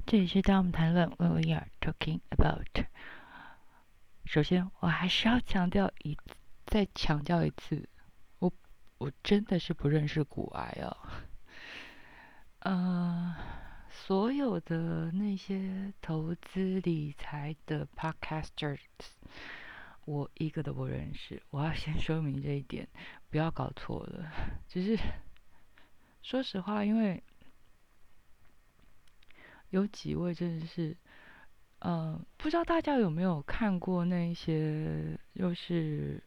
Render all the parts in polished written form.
这里是当我们谈论 when we are talking about。首先，我还是要再强调一次，我真的是不认识股癌哦。所有的那些投资理财的 podcasters，我一个都不认识。我要先说明这一点，不要搞错了。只是说实话，因为有几位真的是。不知道大家有没有看过那些，就是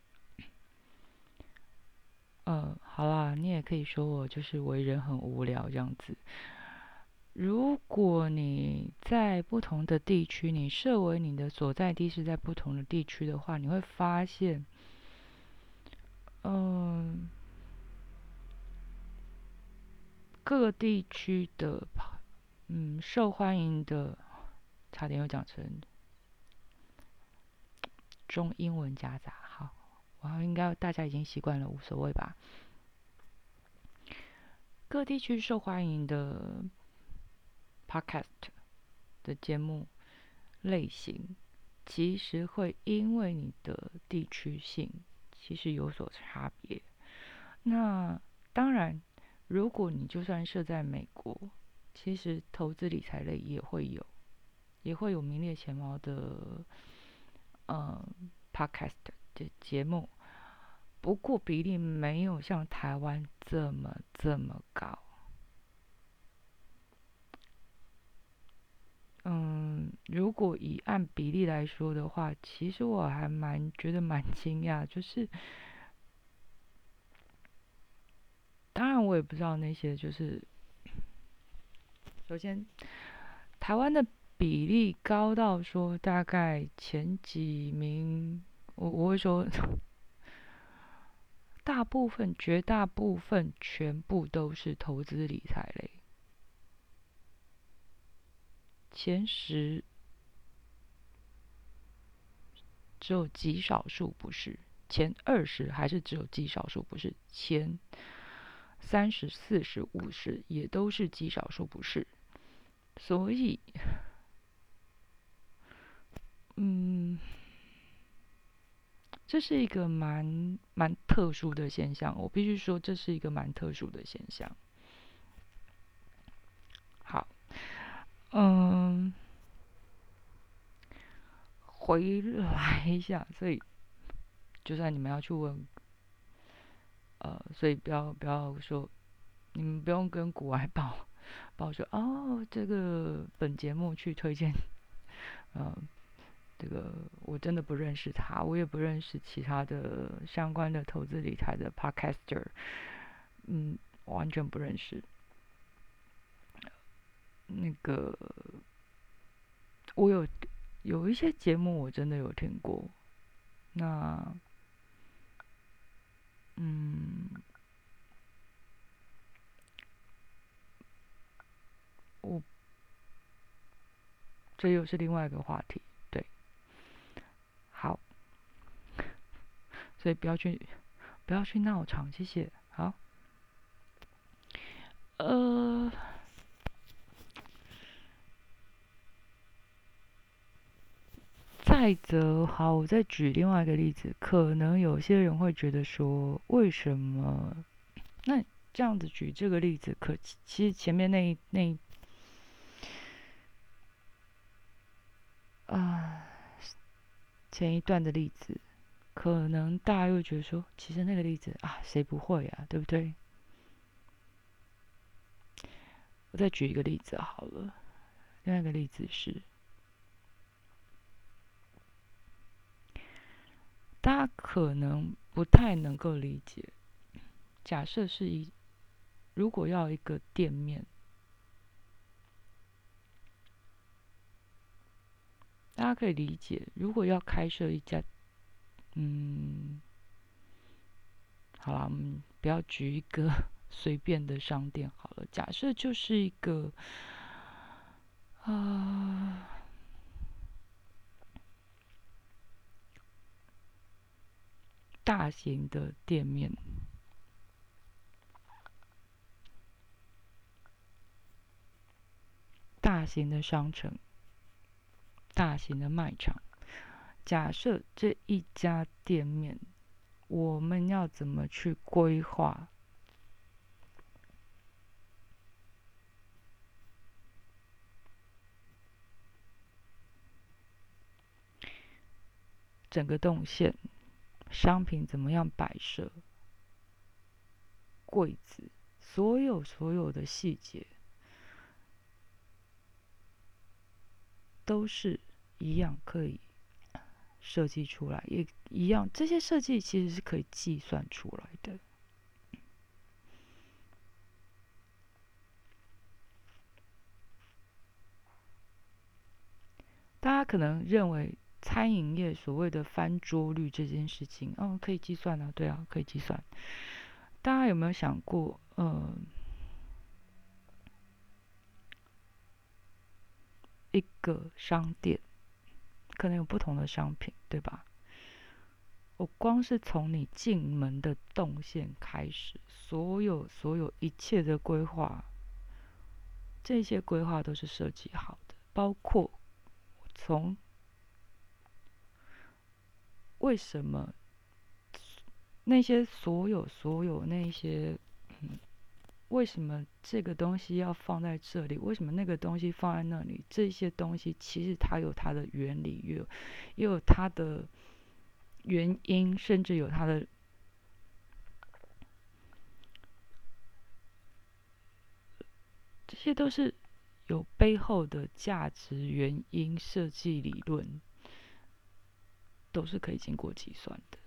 好啦，你也可以说我就是为人很无聊这样子。如果你在不同的地区，你设为你的所在地是在不同的地区的话，你会发现，嗯、各个地区的受欢迎的，差点又讲成中英文夹杂。好，我应该大家已经习惯了，无所谓吧。各地区受欢迎的 podcast 的节目类型，其实会因为你的地区性其实有所差别。那当然，如果你就算设在美国，其实投资理财类也会有名列前茅的呃 podcast 的节目，不过比例没有像台湾这么高。如果以按比例来说的话，其实我还觉得蛮惊讶，就是当然我也不知道那些就是首先台湾的比例高到说大概前几名，我会说绝大部分全部都是投资理财类，前10只有极少数不是，前20还是只有极少数不是，前30、40、50也都是极少数不是。所以，嗯，这是一个蛮特殊的现象，我必须说这是一个蛮特殊的现象。好，嗯，回来一下，所以就算你们要去问，所以不要说，你们不用跟古外报说哦，这个本节目去推荐，呃，这个我真的不认识他，我也不认识其他的相关的投资理财的 podcaster，完全不认识。那个我有一些节目我真的有听过，那嗯，我这又是另外一个话题，对，好，所以不要去闹场，谢谢。好，呃，再者，好，我再举另外一个例子，可能有些人会觉得说，为什么？那这样子举这个例子，其实前面啊、前一段的例子，可能大家又觉得说，其实那个例子啊，谁不会啊，对不对？我再举一个例子好了，另外一个例子是，大家可能不太能够理解，假设如果要一个店面，大家可以理解，如果要开设一家，嗯，好啦，我们不要举一个随便的商店好了，假设就是一个啊、大型的店面， 大型的商城、大型的卖场，假设这一家店面，我们要怎么去规划整个动线，商品怎么样摆设，柜子，所有的细节，都是一样可以设计出来，也一样，这些设计其实是可以计算出来的。大家可能认为餐饮业所谓的翻桌率这件事情，可以计算啊，对啊，可以计算。大家有没有想过，一个商店可能有不同的商品，对吧？我光是从你进门的动线开始，所有一切的规划，这些规划都是设计好的，包括从为什么那些所有那些，为什么这个东西要放在这里？为什么那个东西放在那里？这些东西其实它有它的原理，也有它的原因，甚至有它的，这些都是有背后的价值原因、设计理论，都是可以经过计算的。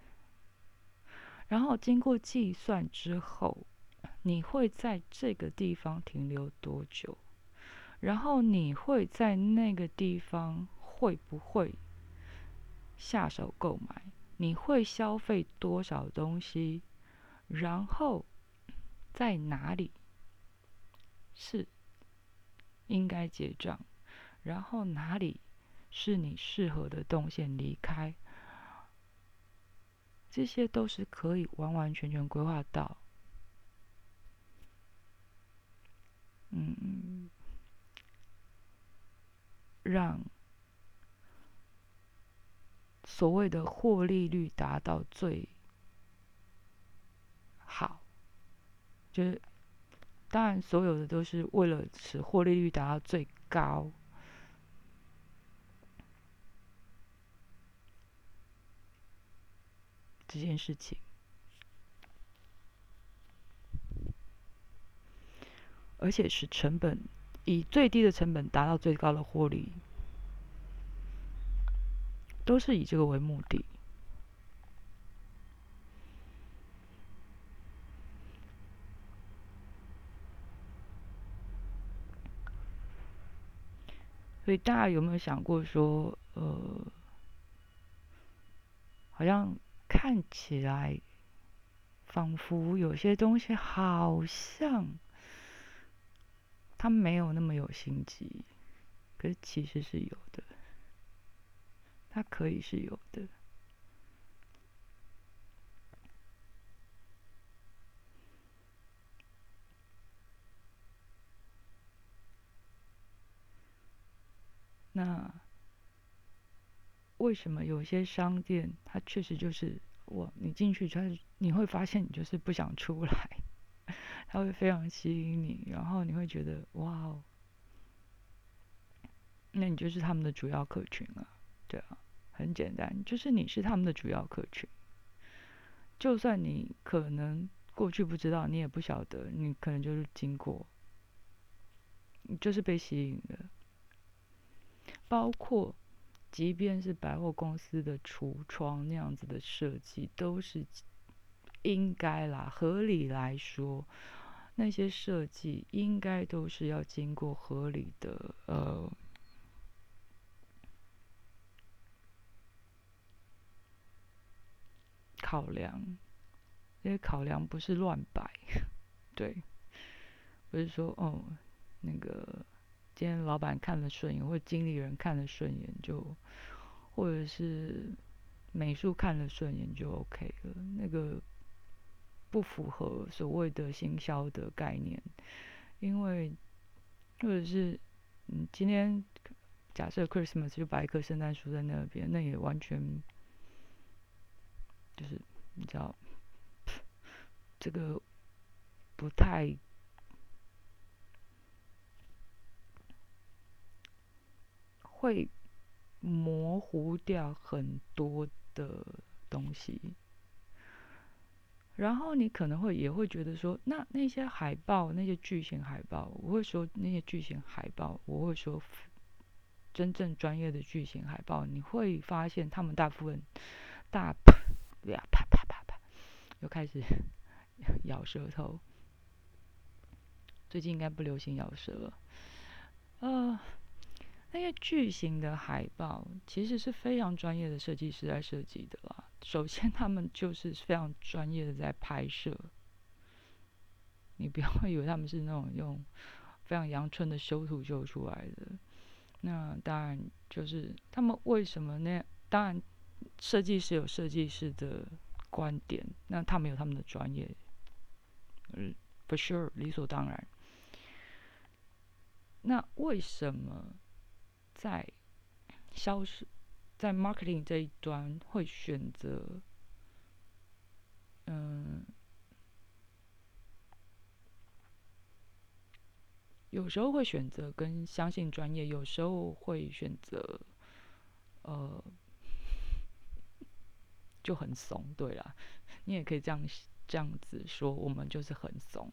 然后经过计算之后，你会在这个地方停留多久？然后你会在那个地方会不会下手购买？你会消费多少东西？然后在哪里是应该结账？然后哪里是你适合的动线离开？这些都是可以完完全全规划到，让所谓的获利率达到最好。就是当然，所有的都是为了使获利率达到最高。这件事情，而且使成本以最低的成本达到最高的获利，都是以这个为目的。所以大家有没有想过说，好像看起来仿佛有些东西好像它没有那么有心机，可是其实是有的，它可以是有的。那为什么有些商店它确实就是你进去你会发现你就是不想出来，它会非常吸引你，然后你会觉得哇哦，那你就是他们的主要客群啊，对啊，很简单，就是你是他们的主要客群。就算你可能过去不知道，你也不晓得，你可能就是经过，你就是被吸引的。包括即便是百货公司的橱窗那样子的设计，都是应该啦，合理来说，那些设计应该都是要经过合理的考量，因为考量不是乱摆，对，不是说那个今天老板看了顺眼，或者经理人看了顺眼或者是美术看了顺眼就 OK 了，那个不符合所谓的行销的概念，因为或者是今天假设 Christmas 就摆一棵圣诞树在那边，那也完全就是你知道，这个不太会模糊掉很多的东西。然后你可能也会觉得说，那些海报，那些巨型海报，我会说那些巨型海报，我会说真正专业的巨型海报，你会发现他们大部分大呀啪啪啪啪，又开始咬舌头。最近应该不流行咬舌了。那些巨型的海报其实是非常专业的设计师在设计的啦。首先，他们就是非常专业的在拍摄，你不要以为他们是那种用非常阳春的修图修出来的。那当然就是他们为什么那样？当然，设计师有设计师的观点，那他们有他们的专业，for sure 理所当然。那为什么在销售、在 marketing 这一端会选择，有时候会选择跟相信专业，有时候会选择，就很怂。对啦，你也可以这样子说，我们就是很怂。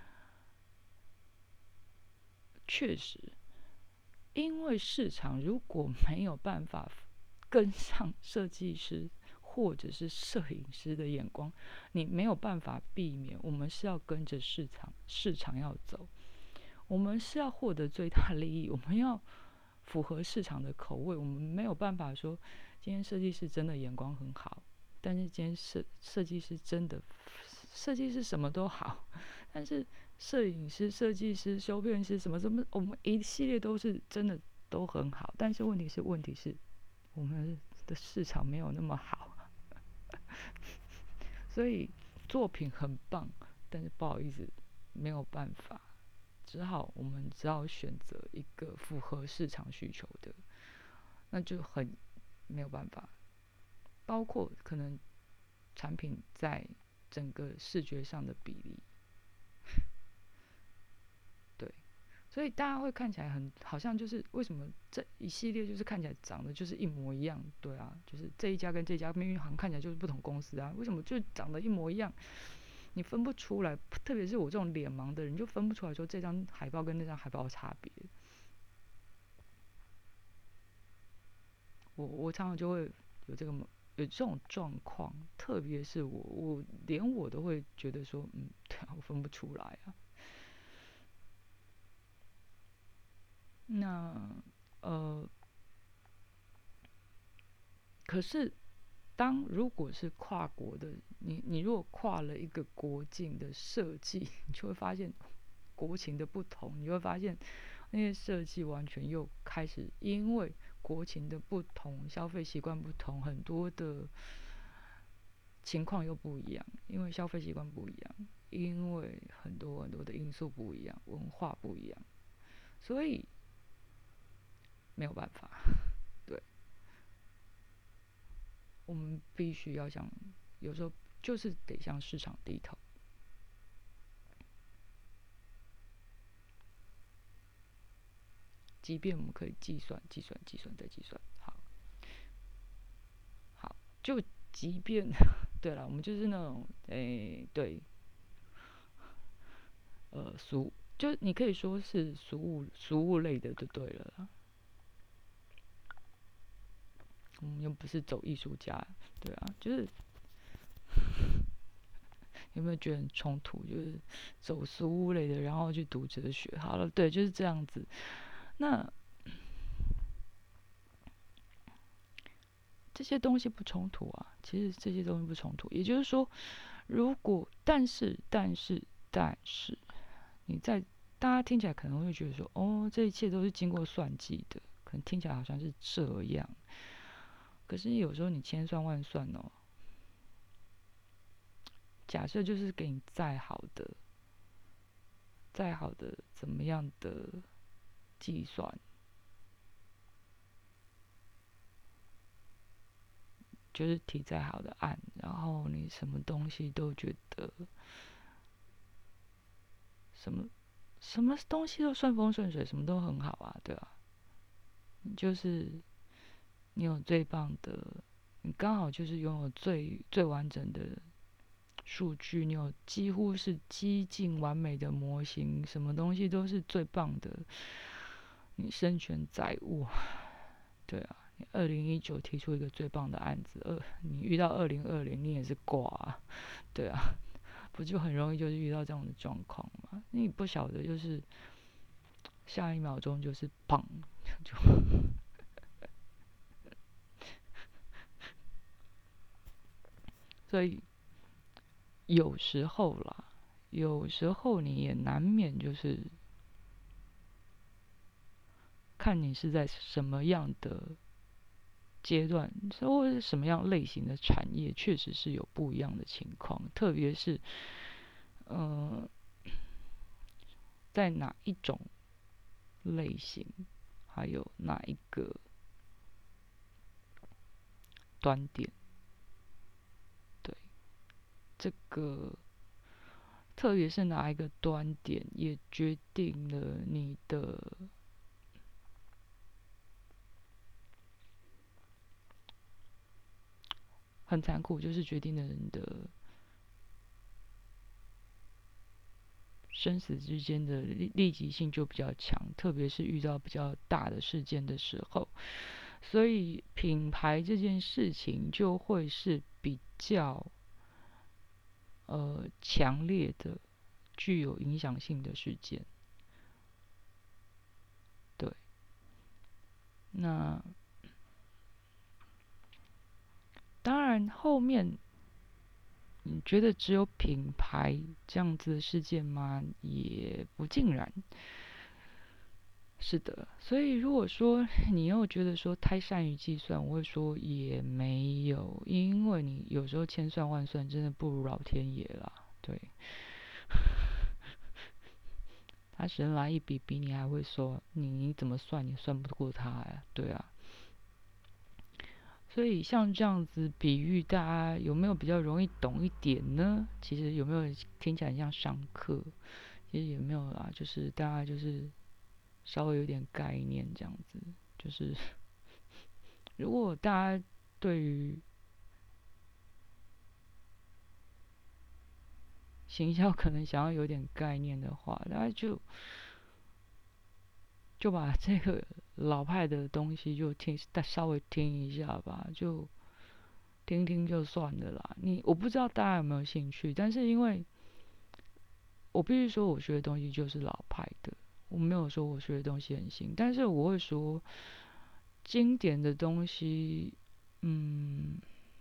确实，因为市场如果没有办法跟上设计师或者是摄影师的眼光，你没有办法避免。我们是要跟着市场要走，我们是要获得最大利益，我们要符合市场的口味。我们没有办法说，今天设计师真的眼光很好，但是今天设计师真的设计师什么都好，但是摄影师、设计师、修片师什么，我们一系列都是真的都很好，但是问题是我们的市场没有那么好，所以作品很棒，但是不好意思，没有办法，我们只好选择一个符合市场需求的，那就很没有办法。包括可能产品在整个视觉上的比例，对，所以大家会看起来好像就是为什么这一系列就是看起来长得就是一模一样，对啊，就是这一家跟这家命运行看起来就是不同公司啊，为什么就长得一模一样？你分不出来，特别是我这种脸盲的人，就分不出来说这张海报跟那张海报的差别。我常常就会有这种状况，特别是连我都会觉得说，对啊，我分不出来啊。那可是如果是跨国的，你如果跨了一个国境的设计，你就会发现国情的不同，你就会发现那些设计完全又开始因为国情的不同、消费习惯不同，很多的情况又不一样，因为消费习惯不一样，因为很多很多的因素不一样，文化不一样，所以没有办法。对，我们必须要有时候就是得向市场低头。即便我们可以计算、计算、计算再计算，好，就即便对了，我们就是那种对，就你可以说是俗物类的就对了啦。我们又不是走艺术家，对啊，就是有没有觉得很冲突？就是走俗物类的，然后去读哲学。好了，对，就是这样子。那这些东西不冲突啊，其实这些东西不冲突。也就是说，但是，你在大家听起来可能会觉得说，哦，这一切都是经过算计的，可能听起来好像是这样。可是有时候你千算万算哦，假设就是给你再好的怎么样的计算，就是提再好的案，然后你什么东西都觉得什么东西都顺风顺水，什么都很好啊，对啊，就是你有最棒的，你刚好就是拥有最完整的数据，你有几乎是几近完美的模型，什么东西都是最棒的，你身权在握，对啊。你2019提出一个最棒的案子，你遇到2020，你也是挂啊，对啊，不就很容易就是遇到这样的状况吗？你不晓得就是下一秒钟就是砰，就所以有时候啦，有时候你也难免就是看你是在什么样的阶段，或者是什么样类型的产业，确实是有不一样的情况。特别是，在哪一种类型，还有哪一个端点，对这个，特别是哪一个端点，也决定了你的很残酷，就是决定了你的生死之间的立即性就比较强，特别是遇到比较大的事件的时候，所以品牌这件事情就会是比较强烈的、具有影响性的事件。对，那当然后面你觉得只有品牌这样子的事件吗？也不尽然。是的，所以如果说你又觉得说太善于计算，我会说也没有，因为你有时候千算万算真的不如老天爷啦。对，他神来一笔，比你还会说你怎么算也算不过他呀。对啊，所以像这样子比喻，大家有没有比较容易懂一点呢？其实有没有听起来像上课？其实也没有啦，就是大家就是稍微有点概念这样子。就是如果大家对于行销可能想要有点概念的话，大家就把这个老派的东西就稍微听一下吧，就听听就算了啦。我不知道大家有没有兴趣，但是因为我必须说，我学的东西就是老派的，我没有说我学的东西很新，但是我会说，经典的东西，嗯，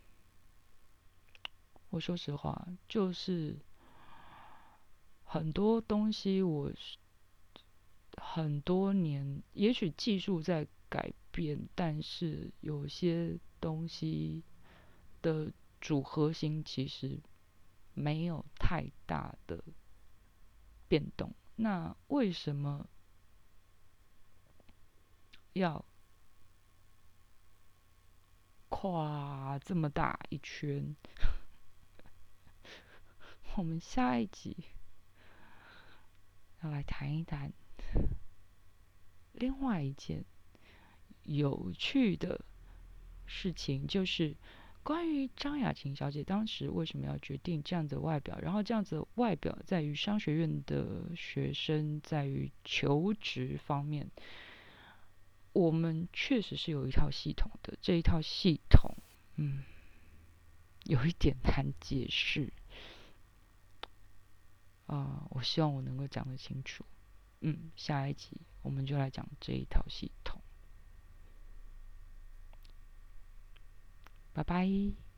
我说实话，就是很多东西我很多年，也许技术在改变，但是有些东西的主核心其实没有太大的变动。那为什么要跨这么大一圈？我们下一集要来谈一谈另外一件有趣的事情，就是关于张雅琴小姐当时为什么要决定这样子的外表，然后这样子的外表在于商学院的学生在于求职方面，我们确实是有一套系统的，这一套系统，有一点难解释我希望我能够讲得清楚。下一集我们就来讲这一套系统。拜拜。